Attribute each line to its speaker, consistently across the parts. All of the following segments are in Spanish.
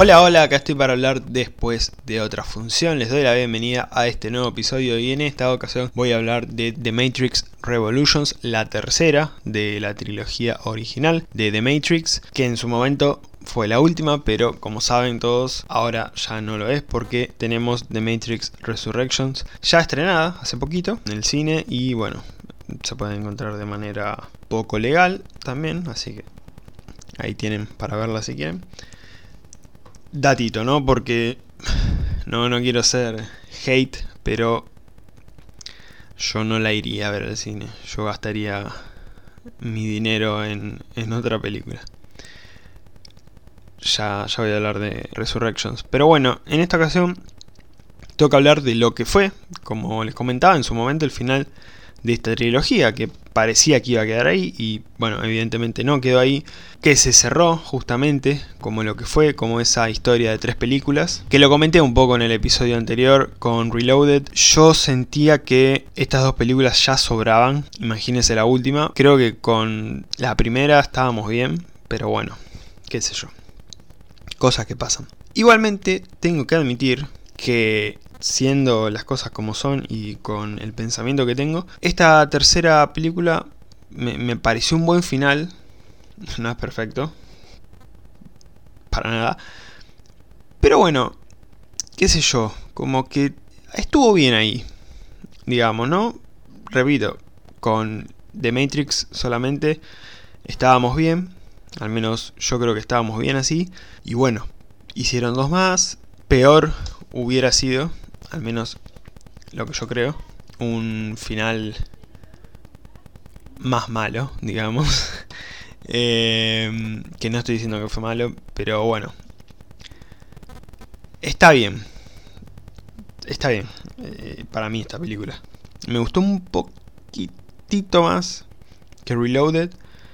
Speaker 1: Hola, hola, acá estoy para hablar después de otra función. Les doy la bienvenida a este nuevo episodio y en esta ocasión voy a hablar de The Matrix Revolutions, la tercera de la trilogía original de The Matrix, que en su momento fue la última, pero como saben todos, ahora ya no lo es porque tenemos The Matrix Resurrections ya estrenada hace poquito en el cine y bueno, se puede encontrar de manera poco legal también, así que ahí tienen para verla si quieren. Datito, ¿no? Porque no quiero ser hate, pero yo no la iría a ver al cine. Yo gastaría mi dinero en otra película. Ya voy a hablar de Resurrections. Pero bueno, en esta ocasión tengo que hablar de lo que fue, como les comentaba en su momento, el final de esta trilogía, que parecía que iba a quedar ahí y bueno, evidentemente no quedó ahí, que se cerró justamente como lo que fue, como esa historia de 3 películas, que lo comenté un poco en el episodio anterior con Reloaded. Yo sentía que estas 2 películas ya sobraban, imagínense la última. Creo que con la primera estábamos bien, pero bueno, qué sé yo, cosas que pasan. Igualmente tengo que admitir que, siendo las cosas como son y con el pensamiento que tengo, esta tercera película me pareció un buen final. No es perfecto, para nada, pero bueno, qué sé yo, como que estuvo bien ahí, digamos, ¿no? Repito, con The Matrix solamente estábamos bien, al menos yo creo que estábamos bien así, y bueno, hicieron 2 más, peor hubiera sido, al menos lo que yo creo, un final más malo, digamos. Que no estoy diciendo que fue malo, pero bueno, está bien. Está bien, para mí esta película. Me gustó un poquitito más que Reloaded.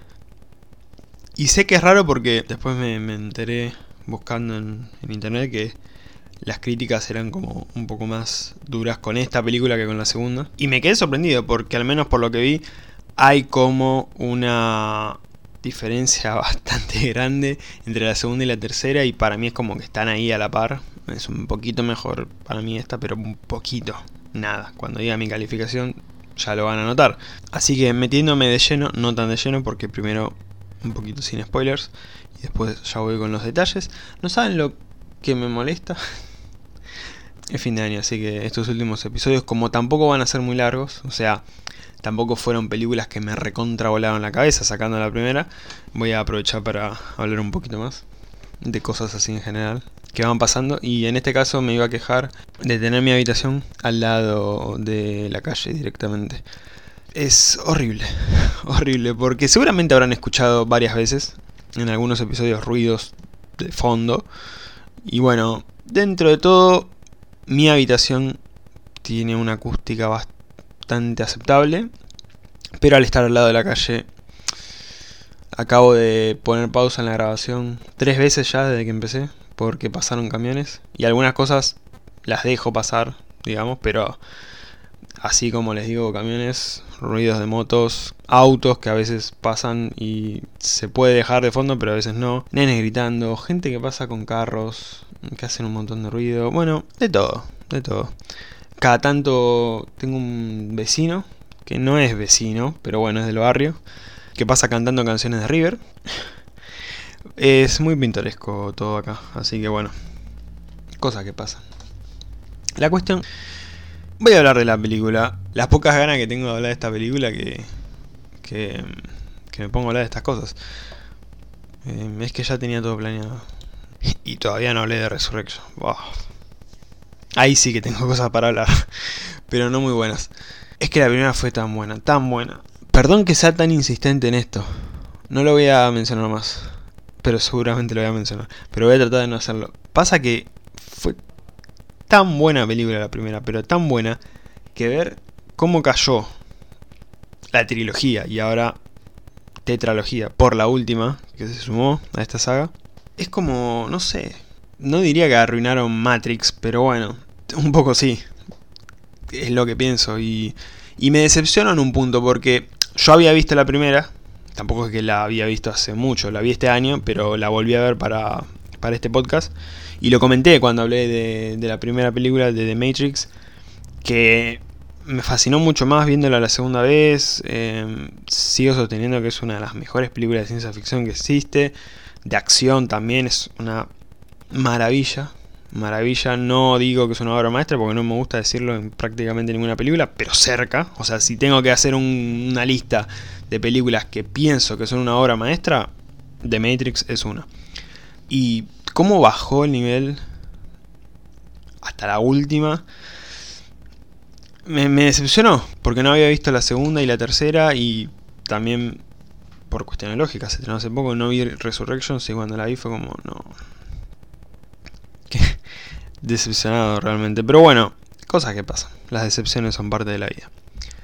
Speaker 1: Y sé que es raro porque después me enteré buscando en internet que las críticas eran como un poco más duras con esta película que con la segunda. Y me quedé sorprendido porque al menos por lo que vi hay como una diferencia bastante grande entre la segunda y la tercera. Y para mí es como que están ahí a la par. Es un poquito mejor para mí esta, pero un poquito. Nada, cuando diga mi calificación ya lo van a notar. Así que metiéndome de lleno, no tan de lleno porque primero un poquito sin spoilers y después ya voy con los detalles. No saben lo que me molesta. Es fin de año, así que estos últimos episodios, como tampoco van a ser muy largos, o sea, tampoco fueron películas que me recontra volaron la cabeza sacando la primera, voy a aprovechar para hablar un poquito más de cosas así en general que van pasando. Y en este caso me iba a quejar de tener mi habitación al lado de la calle directamente. Es horrible, horrible, porque seguramente habrán escuchado varias veces en algunos episodios ruidos de fondo. Y bueno, dentro de todo, mi habitación tiene una acústica bastante aceptable, pero al estar al lado de la calle, acabo de poner pausa en la grabación 3 veces ya desde que empecé, porque pasaron camiones, y algunas cosas las dejo pasar, digamos, pero así como les digo, camiones, ruidos de motos, autos que a veces pasan y se puede dejar de fondo, pero a veces no, nenes gritando, gente que pasa con carros que hacen un montón de ruido, bueno, de todo, de todo. Cada tanto tengo un vecino, que no es vecino, pero bueno, es del barrio, que pasa cantando canciones de River. Es muy pintoresco todo acá, así que bueno, cosas que pasan. La cuestión, voy a hablar de la película. Las pocas ganas que tengo de hablar de esta película que me pongo a hablar de estas cosas. Es que ya tenía todo planeado. Y todavía no hablé de Resurrection. Wow. Ahí sí que tengo cosas para hablar, pero no muy buenas. Es que la primera fue tan buena, tan buena. Perdón que sea tan insistente en esto. No lo voy a mencionar más, pero seguramente lo voy a mencionar. Pero voy a tratar de no hacerlo. Pasa que fue tan buena película la primera, pero tan buena, que ver cómo cayó la trilogía y ahora tetralogía por la última que se sumó a esta saga, es como, no sé, no diría que arruinaron Matrix, pero bueno, un poco sí, es lo que pienso. Y me decepcionó en un punto porque yo había visto la primera, tampoco es que la había visto hace mucho, la vi este año, pero la volví a ver para para este podcast. Y lo comenté cuando hablé de la primera película de The Matrix, que me fascinó mucho más viéndola la segunda vez. Sigo sosteniendo que es una de las mejores películas de ciencia ficción que existe. De acción también es una maravilla. Maravilla, no digo que es una obra maestra porque no me gusta decirlo en prácticamente ninguna película, pero cerca. O sea, si tengo que hacer una lista de películas que pienso que son una obra maestra, The Matrix es una. Y cómo bajó el nivel hasta la última, me decepcionó, porque no había visto la segunda y la tercera, y también por cuestiones lógicas, se estrenó hace poco, no vi Resurrections, y cuando la vi fue como, no... decepcionado realmente, pero bueno, cosas que pasan, las decepciones son parte de la vida.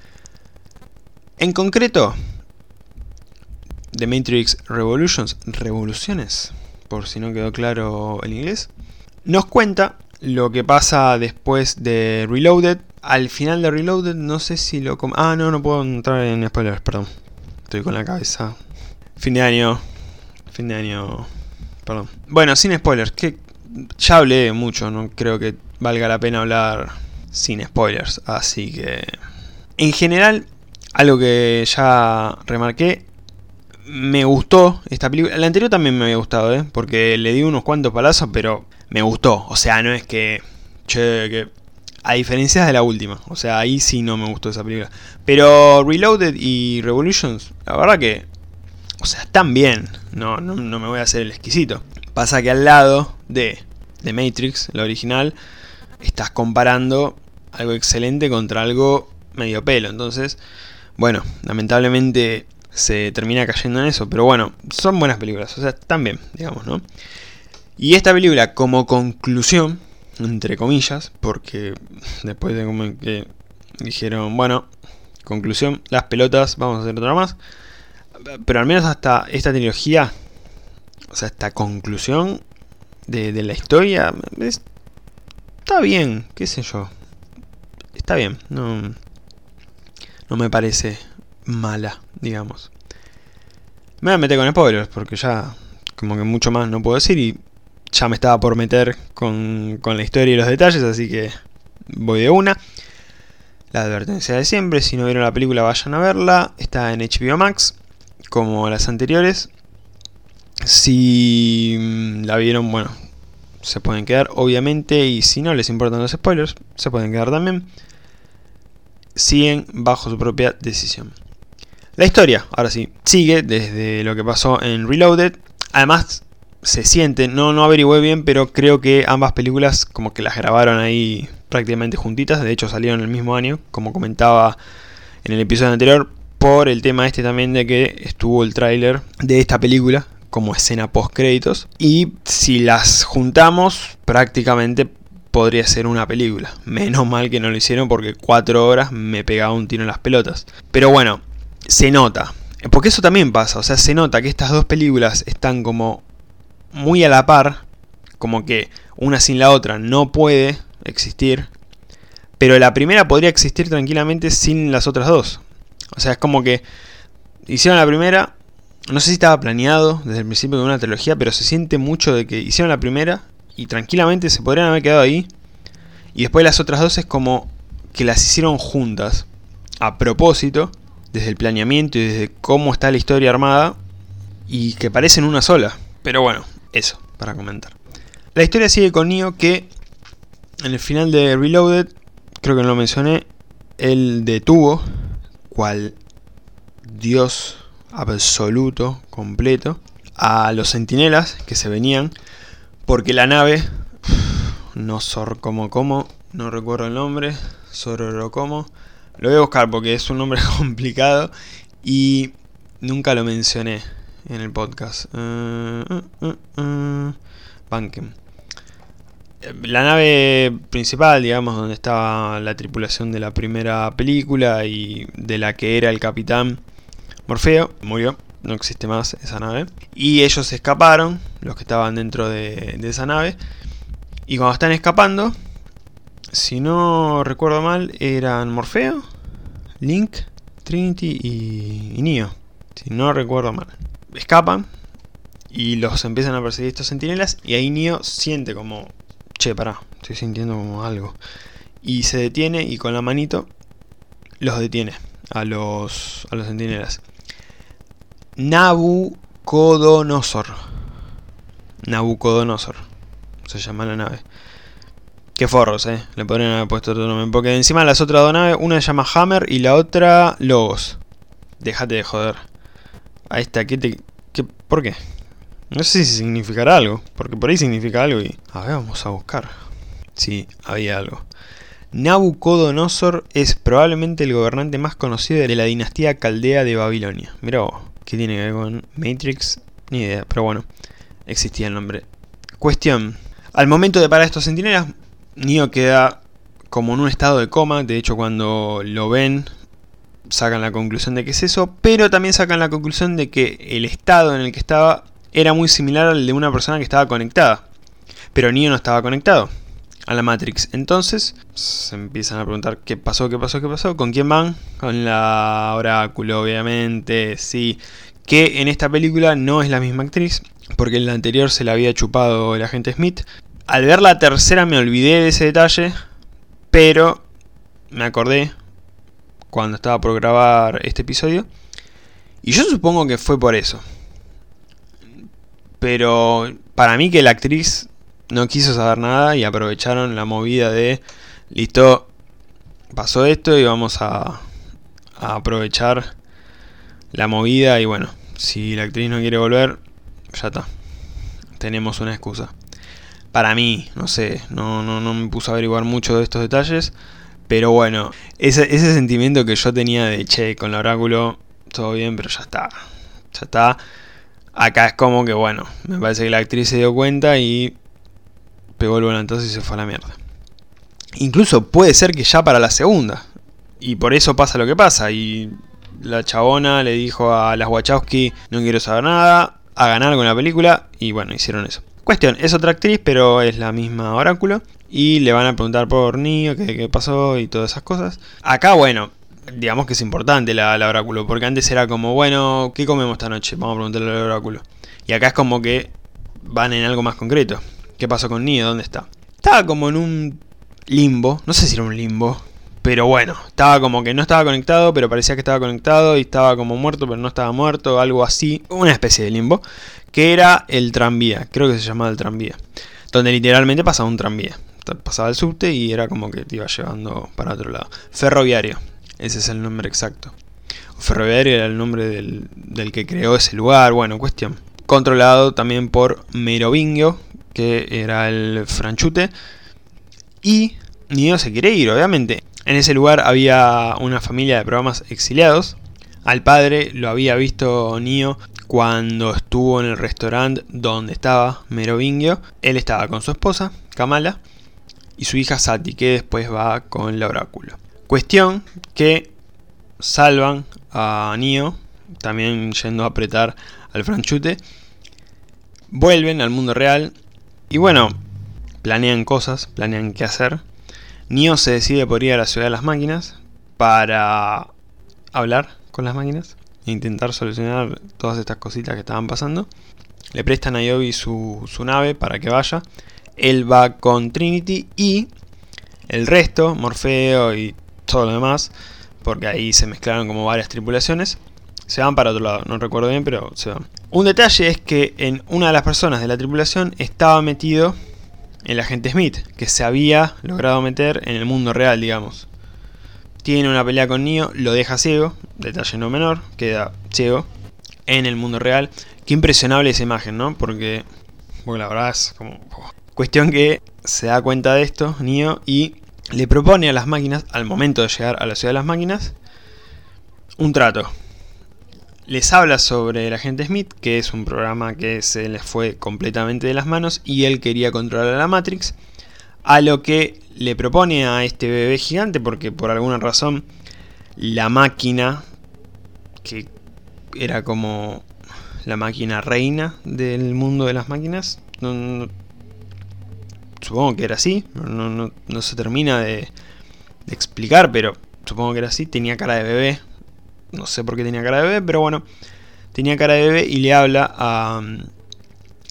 Speaker 1: En concreto, The Matrix Revoluciones, por si no quedó claro el inglés, nos cuenta lo que pasa después de Reloaded. Al final de Reloaded, no sé si lo... no puedo entrar en spoilers, perdón. Estoy con la cabeza. Fin de año, perdón. Bueno, sin spoilers, que ya hablé mucho, no creo que valga la pena hablar sin spoilers. Así que, en general, algo que ya remarqué, me gustó esta película. La anterior también me había gustado, porque le di unos cuantos palazos, pero me gustó. O sea, no es que... a diferencia de la última. O sea, ahí sí no me gustó esa película. Pero Reloaded y Revolutions, la verdad que... O sea, están bien. No me voy a hacer el exquisito. Pasa que al lado de The Matrix, la original, estás comparando algo excelente contra algo medio pelo. Entonces, bueno, lamentablemente se termina cayendo en eso. Pero bueno, son buenas películas. O sea, están bien, digamos, ¿no? Y esta película, como conclusión, entre comillas, porque después de como que dijeron, bueno, conclusión, las pelotas, vamos a hacer otra más. Pero al menos hasta esta trilogía, o sea, esta conclusión de la historia, está bien, qué sé yo. Está bien, no me parece mala, digamos. Me voy a meter con spoilers, porque ya como que mucho más no puedo decir y ya me estaba por meter con la historia y los detalles, así que voy de una. La advertencia de siempre, si no vieron la película vayan a verla, está en HBO Max, como las anteriores. Si la vieron, bueno, se pueden quedar, obviamente, y si no les importan los spoilers, se pueden quedar también. Siguen bajo su propia decisión. La historia, ahora sí, sigue desde lo que pasó en Reloaded. Además, se siente, no averigüé bien, pero creo que ambas películas como que las grabaron ahí prácticamente juntitas. De hecho salieron el mismo año, como comentaba en el episodio anterior, por el tema este también de que estuvo el tráiler de esta película como escena post créditos. Y si las juntamos, prácticamente podría ser una película. Menos mal que no lo hicieron, porque 4 horas me pegaba un tiro en las pelotas. Pero bueno, se nota, porque eso también pasa, o sea, se nota que estas dos películas están como muy a la par, como que una sin la otra no puede existir, pero la primera podría existir tranquilamente sin las otras dos. O sea, es como que hicieron la primera, no sé si estaba planeado desde el principio de una trilogía, pero se siente mucho de que hicieron la primera y tranquilamente se podrían haber quedado ahí, y después las otras dos es como que las hicieron juntas a propósito, desde el planeamiento y desde cómo está la historia armada, y que parecen una sola. Pero bueno, eso, para comentar. La historia sigue con Neo, que en el final de Reloaded, creo que no lo mencioné, él detuvo, cual dios absoluto, completo, a los centinelas que se venían, porque la nave, no recuerdo el nombre, Sororocomo, lo voy a buscar porque es un nombre complicado y nunca lo mencioné en el podcast. Banken. La nave principal, digamos, donde estaba la tripulación de la primera película y de la que era el capitán Morfeo, murió, no existe más esa nave. Y ellos escaparon, los que estaban dentro de esa nave. Y cuando están escapando, si no recuerdo mal, eran Morfeo, Link, Trinity y Neo. Si no recuerdo mal. Escapan y los empiezan a perseguir estos centinelas, y ahí Neo siente como, che, pará, estoy sintiendo como algo, y se detiene y con la manito los detiene a los centinelas. Nabucodonosor se llama la nave. Qué forros, le podrían haber puesto otro nombre, porque encima las otras dos naves, una se llama Hammer y la otra Logos. Déjate de joder. Ahí está, ¿por qué? No sé si significará algo, porque por ahí significa algo y... A ver, vamos a buscar. Sí, había algo. Nabucodonosor es probablemente el gobernante más conocido de la dinastía caldea de Babilonia. Mirá vos, ¿qué tiene que ver con Matrix? Ni idea, pero bueno, existía el nombre. Cuestión, al momento de parar estos centinelas, Neo queda como en un estado de coma. De hecho, cuando lo ven, sacan la conclusión de que es eso, pero también sacan la conclusión de que el estado en el que estaba era muy similar al de una persona que estaba conectada, pero Neo no estaba conectado a la Matrix. Entonces se empiezan a preguntar qué pasó, con quién van, con la Oráculo, obviamente, sí, que en esta película no es la misma actriz, porque en la anterior se la había chupado el agente Smith. Al ver la tercera me olvidé de ese detalle, pero me acordé cuando estaba por grabar este episodio, y yo supongo que fue por eso. Pero para mí que la actriz no quiso saber nada y aprovecharon la movida de listo, pasó esto y vamos a aprovechar la movida, y bueno, si la actriz no quiere volver, ya está, tenemos una excusa. Para mí, no sé, no me puse a averiguar mucho de estos detalles, pero bueno, ese sentimiento que yo tenía de che, con el oráculo todo bien, pero ya está. Acá es como que bueno, me parece que la actriz se dio cuenta y pegó el volantazo y se fue a la mierda. Incluso puede ser que ya para la segunda, y por eso pasa lo que pasa, y la chabona le dijo a las Wachowski, no quiero saber nada, a ganar con la película, y bueno, hicieron eso. Cuestión, es otra actriz, pero es la misma Oráculo, y le van a preguntar por Neo, qué pasó y todas esas cosas. Acá, bueno, digamos que es importante la Oráculo, porque antes era como, bueno, ¿qué comemos esta noche? Vamos a preguntarle al Oráculo. Y acá es como que van en algo más concreto. ¿Qué pasó con Neo? ¿Dónde está? Estaba como en un limbo, no sé si era un limbo, pero bueno, estaba como que no estaba conectado, pero parecía que estaba conectado, y estaba como muerto, pero no estaba muerto, algo así, una especie de limbo, que era el tranvía, creo que se llamaba el tranvía, donde literalmente pasaba un tranvía, pasaba el subte y era como que te iba llevando para otro lado. Ferroviario, ese es el nombre exacto. Ferroviario era el nombre del que creó ese lugar, bueno, cuestión. Controlado también por Merovingio, que era el franchute, y Neo se quiere ir, obviamente. En ese lugar había una familia de programas exiliados. Al padre lo había visto Neo cuando estuvo en el restaurante donde estaba Merovingio. Él estaba con su esposa, Kamala, y su hija Sati, que después va con la Oráculo. Cuestión que salvan a Neo, también yendo a apretar al franchute. Vuelven al mundo real y bueno, planean cosas, planean qué hacer. Neo se decide por ir a la ciudad de las máquinas para hablar con las máquinas e intentar solucionar todas estas cositas que estaban pasando. Le prestan a Yobi su nave para que vaya. Él va con Trinity y el resto, Morfeo y todo lo demás, porque ahí se mezclaron como varias tripulaciones, se van para otro lado, no recuerdo bien, pero se van. Un detalle es que en una de las personas de la tripulación estaba metido el agente Smith, que se había logrado meter en el mundo real, digamos. Tiene una pelea con Neo, lo deja ciego, detalle no menor, queda ciego en el mundo real. Qué impresionable esa imagen, ¿no? Porque la verdad es como... Cuestión que se da cuenta de esto, Neo, y le propone a las máquinas, al momento de llegar a la ciudad de las máquinas, un trato. Les habla sobre el agente Smith, que es un programa que se les fue completamente de las manos y él quería controlar a la Matrix, a lo que le propone a este bebé gigante, porque por alguna razón la máquina, que era como la máquina reina del mundo de las máquinas, supongo que era así, no se termina de explicar, pero supongo que era así, tenía cara de bebé. No sé por qué tenía cara de bebé, pero bueno, tenía cara de bebé y le habla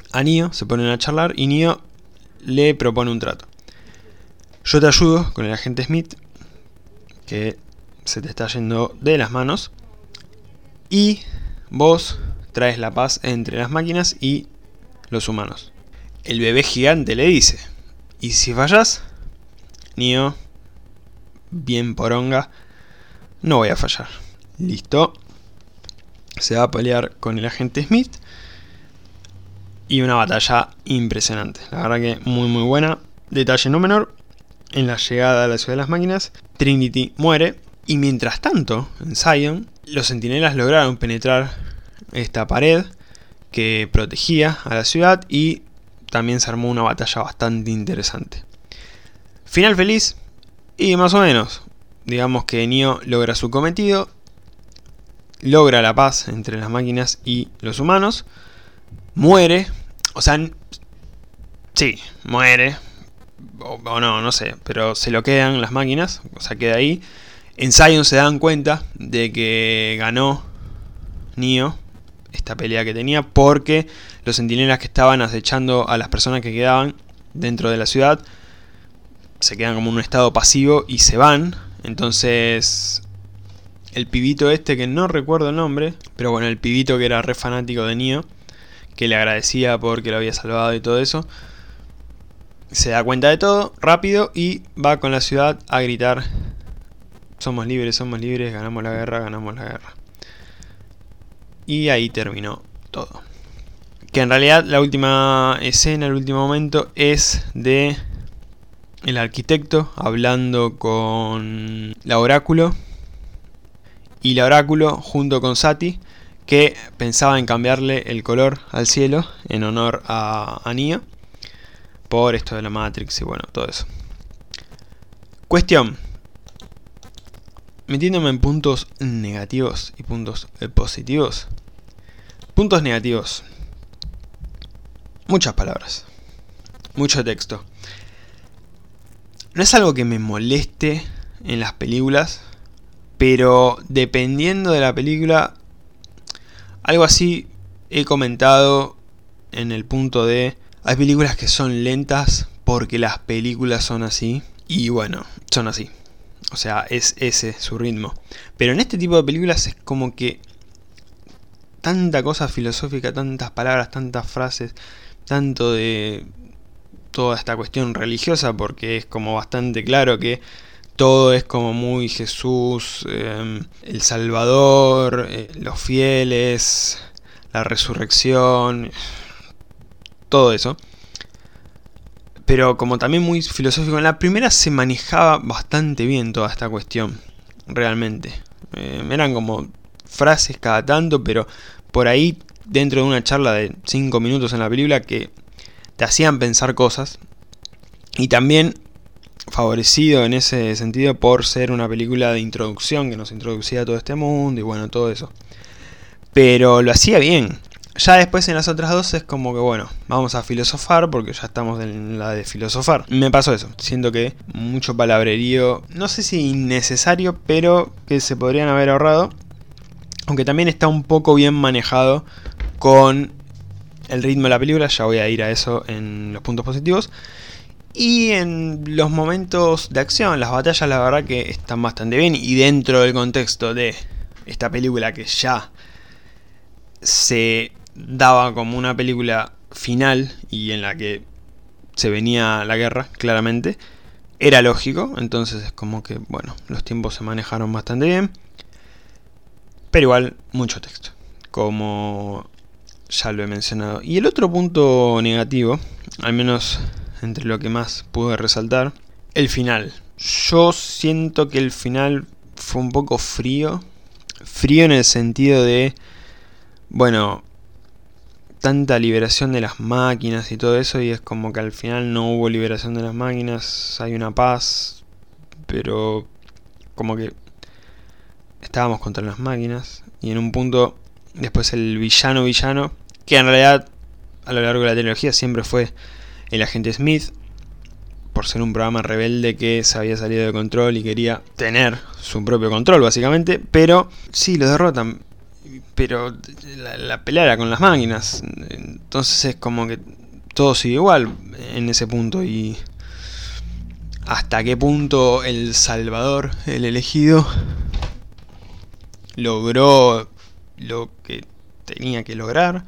Speaker 1: a Neo, se ponen a charlar y Neo le propone un trato. Yo te ayudo con el agente Smith, que se te está yendo de las manos, y vos traes la paz entre las máquinas y los humanos. El bebé gigante le dice, y si fallas, Neo, bien poronga, no voy a fallar. Listo. Se va a pelear con el agente Smith. Y una batalla impresionante. La verdad que muy muy buena. Detalle no menor. En la llegada a la ciudad de las máquinas, Trinity muere. Y mientras tanto, en Zion, los centinelas lograron penetrar esta pared que protegía a la ciudad. Y también se armó una batalla bastante interesante. Final feliz. Y más o menos. Digamos que Neo logra su cometido. Logra la paz entre las máquinas y los humanos. Muere. O sea, sí, muere. O no, no sé. Pero se lo quedan las máquinas. O sea, queda ahí. En Zion se dan cuenta de que ganó Neo esta pelea que tenía, porque los centinelas que estaban acechando a las personas que quedaban dentro de la ciudad se quedan como en un estado pasivo y se van. Entonces el pibito este, que no recuerdo el nombre, pero bueno, el pibito que era re fanático de Neo, que le agradecía porque lo había salvado y todo eso, se da cuenta de todo rápido y va con la ciudad a gritar: somos libres, ganamos la guerra, ganamos la guerra. Y ahí terminó todo. Que en realidad la última escena, el último momento, es de el arquitecto hablando con la Oráculo. Y la Oráculo junto con Sati, que pensaba en cambiarle el color al cielo en honor a Neo, por esto de la Matrix y bueno, todo eso. Cuestión. Metiéndome en puntos negativos y puntos positivos. Puntos negativos. Muchas palabras. Mucho texto. No es algo que me moleste en las películas, pero dependiendo de la película, algo así he comentado en el punto de: hay películas que son lentas porque las películas son así, y bueno, son así. O sea, es ese su ritmo. Pero en este tipo de películas es como que tanta cosa filosófica, tantas palabras, tantas frases, tanto de toda esta cuestión religiosa, porque es como bastante claro que todo es como muy Jesús, el Salvador, los fieles, la resurrección, todo eso. Pero como también muy filosófico, en la primera se manejaba bastante bien toda esta cuestión, realmente. Eran como frases cada tanto, pero por ahí dentro de una charla de 5 minutos en la película que te hacían pensar cosas. Y también favorecido en ese sentido por ser una película de introducción que nos introducía a todo este mundo y bueno, todo eso. Pero lo hacía bien. Ya después en las otras dos es como que bueno, vamos a filosofar porque ya estamos en la de filosofar. Me pasó eso, siento que mucho palabrerío, no sé si innecesario, pero que se podrían haber ahorrado. Aunque también está un poco bien manejado con el ritmo de la película, ya voy a ir a eso en los puntos positivos. Y en los momentos de acción, las batallas la verdad que están bastante bien. Y dentro del contexto de esta película que ya se daba como una película final y en la que se venía la guerra, claramente, era lógico. Entonces es como que, bueno, los tiempos se manejaron bastante bien. Pero igual, mucho texto, como ya lo he mencionado. Y el otro punto negativo, al menos entre lo que más pude resaltar, el final. Yo siento que el final fue un poco frío. Frío en el sentido de, bueno, tanta liberación de las máquinas y todo eso, y es como que al final no hubo liberación de las máquinas, hay una paz, pero como que estábamos contra las máquinas. Y en un punto, después el villano, que en realidad a lo largo de la trilogía siempre fue el agente Smith, por ser un programa rebelde que se había salido de control y quería tener su propio control básicamente, pero sí, lo derrotan. pero la pelea era con las máquinas. Entonces es como que todo sigue igual en ese punto. Y hasta qué punto el Salvador, el elegido, logró lo que tenía que lograr.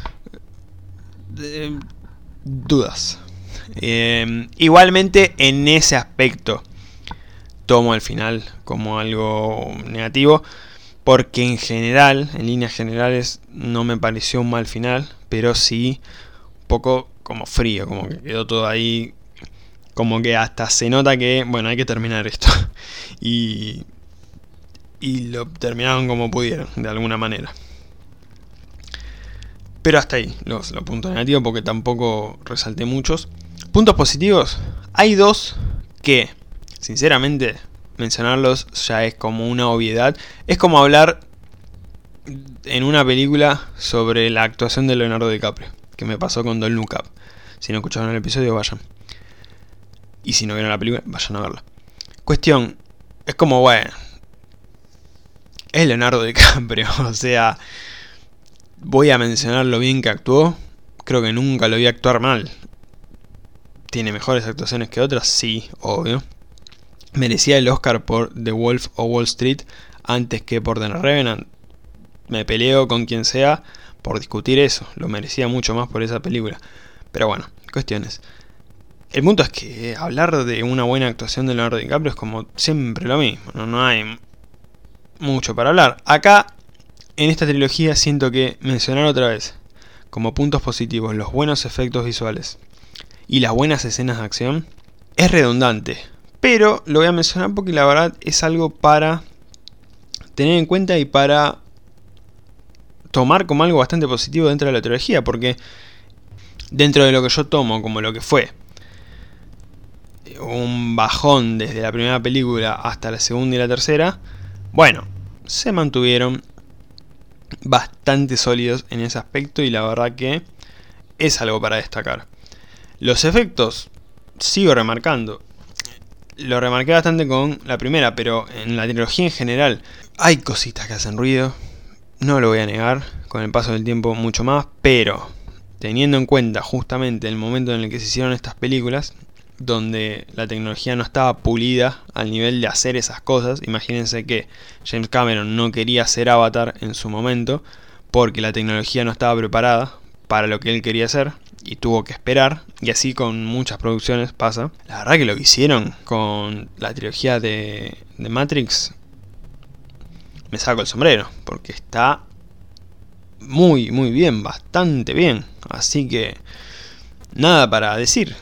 Speaker 1: Dudas. Igualmente en ese aspecto tomo el final como algo negativo, porque en general, en líneas generales, no me pareció un mal final, pero sí un poco como frío, como que quedó todo ahí, como que hasta se nota que, bueno, hay que terminar esto. y lo terminaron como pudieron, de alguna manera. Pero hasta ahí, los puntos negativos, porque tampoco resalté muchos. Puntos positivos, hay dos que, sinceramente, mencionarlos ya es como una obviedad. Es como hablar en una película sobre la actuación de Leonardo DiCaprio, que me pasó con Don't Look Up. Si no escucharon el episodio, vayan. Y si no vieron la película, vayan a verla. Cuestión, es como, bueno, es Leonardo DiCaprio, o sea, voy a mencionar lo bien que actuó. Creo que nunca lo vi actuar mal. ¿Tiene mejores actuaciones que otras? Sí, obvio. Merecía el Oscar por The Wolf of Wall Street antes que por The Revenant. Me peleo con quien sea por discutir eso. Lo merecía mucho más por esa película. Pero bueno, cuestiones. El punto es que hablar de una buena actuación de Leonardo DiCaprio es como siempre lo mismo. No hay mucho para hablar. Acá, en esta trilogía, siento que mencionar otra vez como puntos positivos los buenos efectos visuales y las buenas escenas de acción es redundante, pero lo voy a mencionar porque la verdad es algo para tener en cuenta y para tomar como algo bastante positivo dentro de la trilogía, porque dentro de lo que yo tomo como lo que fue un bajón desde la primera película hasta la segunda y la tercera, bueno, se mantuvieron bastante sólidos en ese aspecto y la verdad que es algo para destacar. Los efectos, sigo remarcando, lo remarqué bastante con la primera, pero en la trilogía en general hay cositas que hacen ruido, no lo voy a negar, con el paso del tiempo mucho más, pero teniendo en cuenta justamente el momento en el que se hicieron estas películas, donde la tecnología no estaba pulida al nivel de hacer esas cosas. Imagínense que James Cameron no quería hacer Avatar en su momento porque la tecnología no estaba preparada para lo que él quería hacer y tuvo que esperar, y así con muchas producciones pasa. La verdad que lo que hicieron con la trilogía de Matrix, me saco el sombrero, porque está muy bien, bastante bien, así que nada para decir.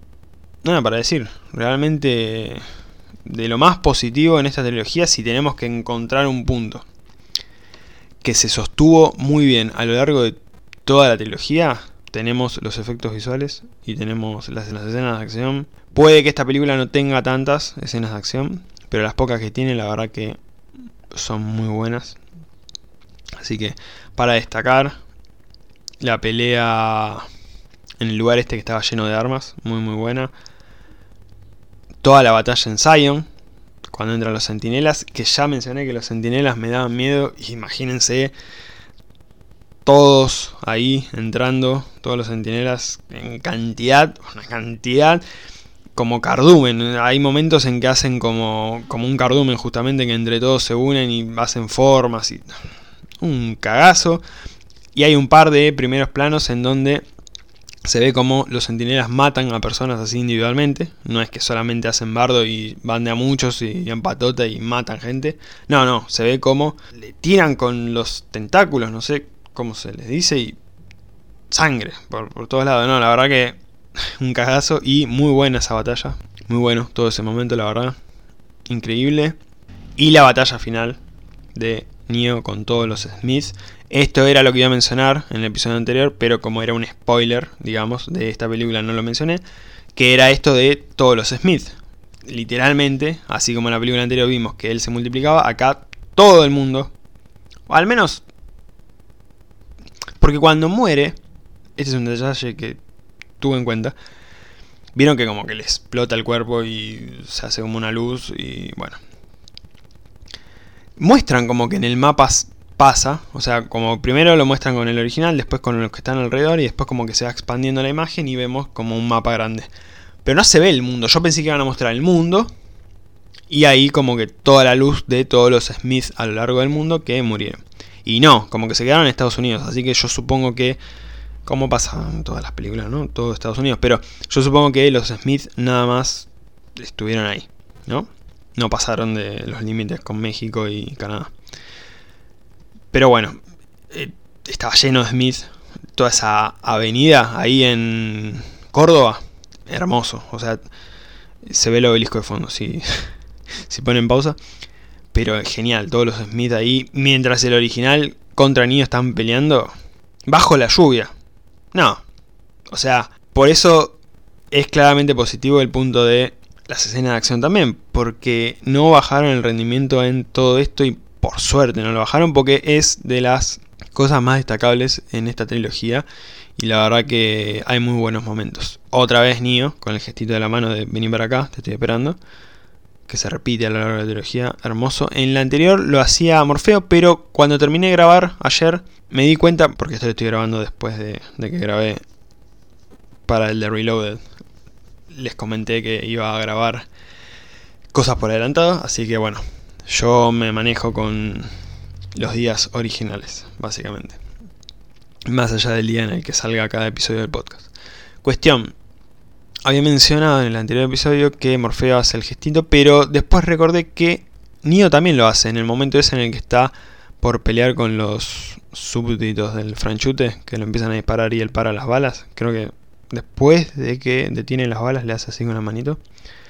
Speaker 1: Realmente de lo más positivo en esta trilogía, si tenemos que encontrar un punto que se sostuvo muy bien a lo largo de toda la trilogía, tenemos los efectos visuales y tenemos las escenas de acción. Puede que esta película no tenga tantas escenas de acción, pero las pocas que tiene, la verdad que son muy buenas. Así que para destacar, la pelea en el lugar este que estaba lleno de armas, muy buena. Toda la batalla en Zion, cuando entran los centinelas, que ya mencioné que los centinelas me daban miedo. Imagínense todos ahí entrando, todos los centinelas en cantidad, una cantidad como cardumen. Hay momentos en que hacen como un cardumen, justamente, que entre todos se unen y hacen formas y un cagazo. Y hay un par de primeros planos en donde se ve como los centinelas matan a personas así individualmente. No es que solamente hacen bardo y van de a muchos y en patota y matan gente. No, se ve como le tiran con los tentáculos, no sé cómo se les dice, y sangre por todos lados. No, la verdad que un cagazo y muy buena esa batalla. Muy bueno todo ese momento, la verdad. Increíble. Y la batalla final de Neo con todos los Smiths. Esto era lo que iba a mencionar en el episodio anterior, pero como era un spoiler, digamos, de esta película, no lo mencioné. Que era esto de todos los Smiths. Literalmente, así como en la película anterior vimos que él se multiplicaba, acá todo el mundo, o al menos, porque cuando muere, este es un detalle que tuve en cuenta, vieron que como que le explota el cuerpo y se hace como una luz y bueno. Muestran como que en el mapa pasa, o sea, como primero lo muestran con el original, después con los que están alrededor y después como que se va expandiendo la imagen y vemos como un mapa grande. Pero no se ve el mundo, yo pensé que iban a mostrar el mundo y ahí como que toda la luz de todos los Smith a lo largo del mundo que murieron. Y no, como que se quedaron en Estados Unidos, así que yo supongo que, como pasa en todas las películas, ¿no? Todo Estados Unidos, pero yo supongo que los Smith nada más estuvieron ahí, ¿no? No pasaron de los límites con México y Canadá. Pero bueno, estaba lleno de Smith. Toda esa avenida ahí en Córdoba, hermoso. O sea, se ve el obelisco de fondo, si ponen pausa. Pero genial, todos los Smith ahí. Mientras el original contra Neo están peleando bajo la lluvia. No, o sea, por eso es claramente positivo el punto de las escenas de acción también. Porque no bajaron el rendimiento en todo esto y por suerte no lo bajaron porque es de las cosas más destacables en esta trilogía y la verdad que hay muy buenos momentos. Otra vez Neo con el gestito de la mano de vení para acá, te estoy esperando, que se repite a lo largo de la trilogía, hermoso. En la anterior lo hacía Morfeo, pero cuando terminé de grabar ayer me di cuenta, porque esto lo estoy grabando después de que grabé para el de Reloaded, les comenté que iba a grabar cosas por adelantado, así que bueno, yo me manejo con los días originales, básicamente. Más allá del día en el que salga cada episodio del podcast. Cuestión. Había mencionado en el anterior episodio que Morfeo hace el gestito, pero después recordé que Neo también lo hace en el momento ese en el que está por pelear con los súbditos del franchute, que lo empiezan a disparar y él para las balas. Creo que después de que detiene las balas le hace así con la manito.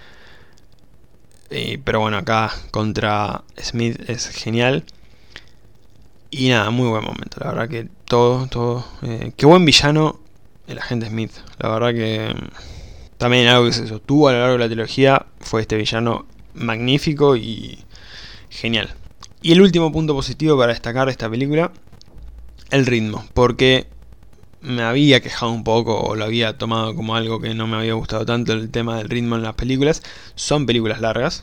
Speaker 1: Pero bueno, acá contra Smith es genial. Y nada, muy buen momento. La verdad que todo. Qué buen villano el agente Smith. La verdad que también algo que se sostuvo a lo largo de la trilogía fue este villano magnífico y genial. Y el último punto positivo para destacar de esta película, el ritmo. Porque me había quejado un poco o lo había tomado como algo que no me había gustado tanto el tema del ritmo en las películas. Son películas largas,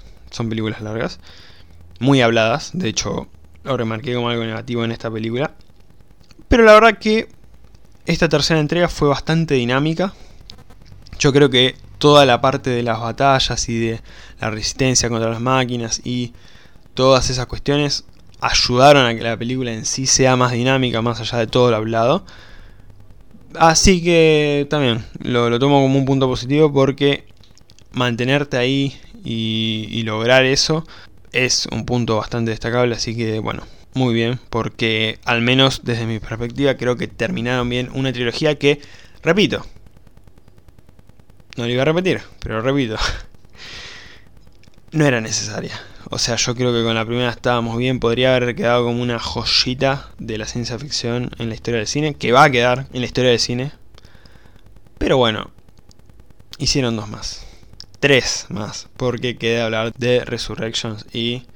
Speaker 1: muy habladas, de hecho lo remarqué como algo negativo en esta película. Pero la verdad que esta tercera entrega fue bastante dinámica. Yo creo que toda la parte de las batallas y de la resistencia contra las máquinas y todas esas cuestiones ayudaron a que la película en sí sea más dinámica, más allá de todo lo hablado. Así que también lo tomo como un punto positivo porque mantenerte ahí y lograr eso es un punto bastante destacable. Así que bueno, muy bien, porque al menos desde mi perspectiva creo que terminaron bien una trilogía que, repito, no lo iba a repetir, pero repito, no era necesaria. O sea, yo creo que con la primera estábamos bien, podría haber quedado como una joyita de la ciencia ficción en la historia del cine, que va a quedar en la historia del cine. Pero bueno, hicieron 2 más, 3 más, porque queda hablar de Resurrections y...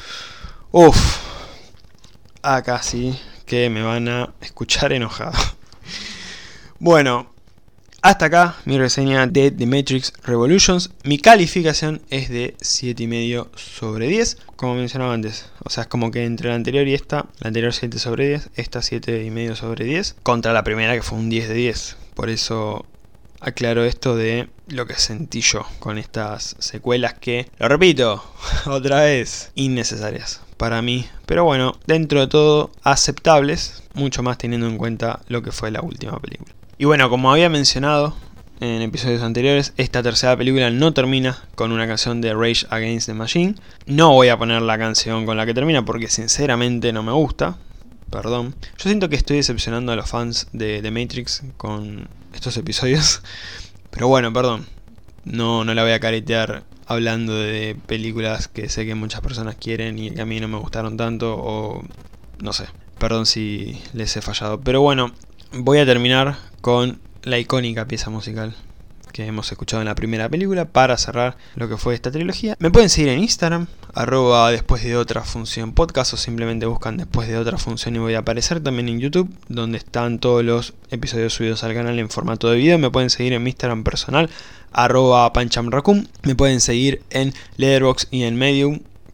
Speaker 1: acá sí que me van a escuchar enojado. Bueno, hasta acá mi reseña de The Matrix Revolutions. Mi calificación es de 7,5 sobre 10, como mencionaba antes. O sea, es como que entre la anterior y esta, la anterior 7 sobre 10, esta 7,5 sobre 10, contra la primera que fue un 10 de 10. Por eso aclaro esto de lo que sentí yo con estas secuelas que, lo repito, otra vez, innecesarias para mí. Pero bueno, dentro de todo, aceptables, mucho más teniendo en cuenta lo que fue la última película. Y bueno, como había mencionado en episodios anteriores, esta tercera película no termina con una canción de Rage Against the Machine. No voy a poner la canción con la que termina porque sinceramente no me gusta. Perdón. Yo siento que estoy decepcionando a los fans de The Matrix con estos episodios. Pero bueno, perdón. No la voy a caretear hablando de películas que sé que muchas personas quieren y que a mí no me gustaron tanto. O no sé. Perdón si les he fallado. Pero bueno, voy a terminar con la icónica pieza musical que hemos escuchado en la primera película para cerrar lo que fue esta trilogía. Me pueden seguir en Instagram, @después de otra función podcast, o simplemente buscan después de otra función y voy a aparecer también en YouTube, donde están todos los episodios subidos al canal en formato de video. Me pueden seguir en mi Instagram personal, @panchamraccoon. Me pueden seguir en Letterboxd y en Medium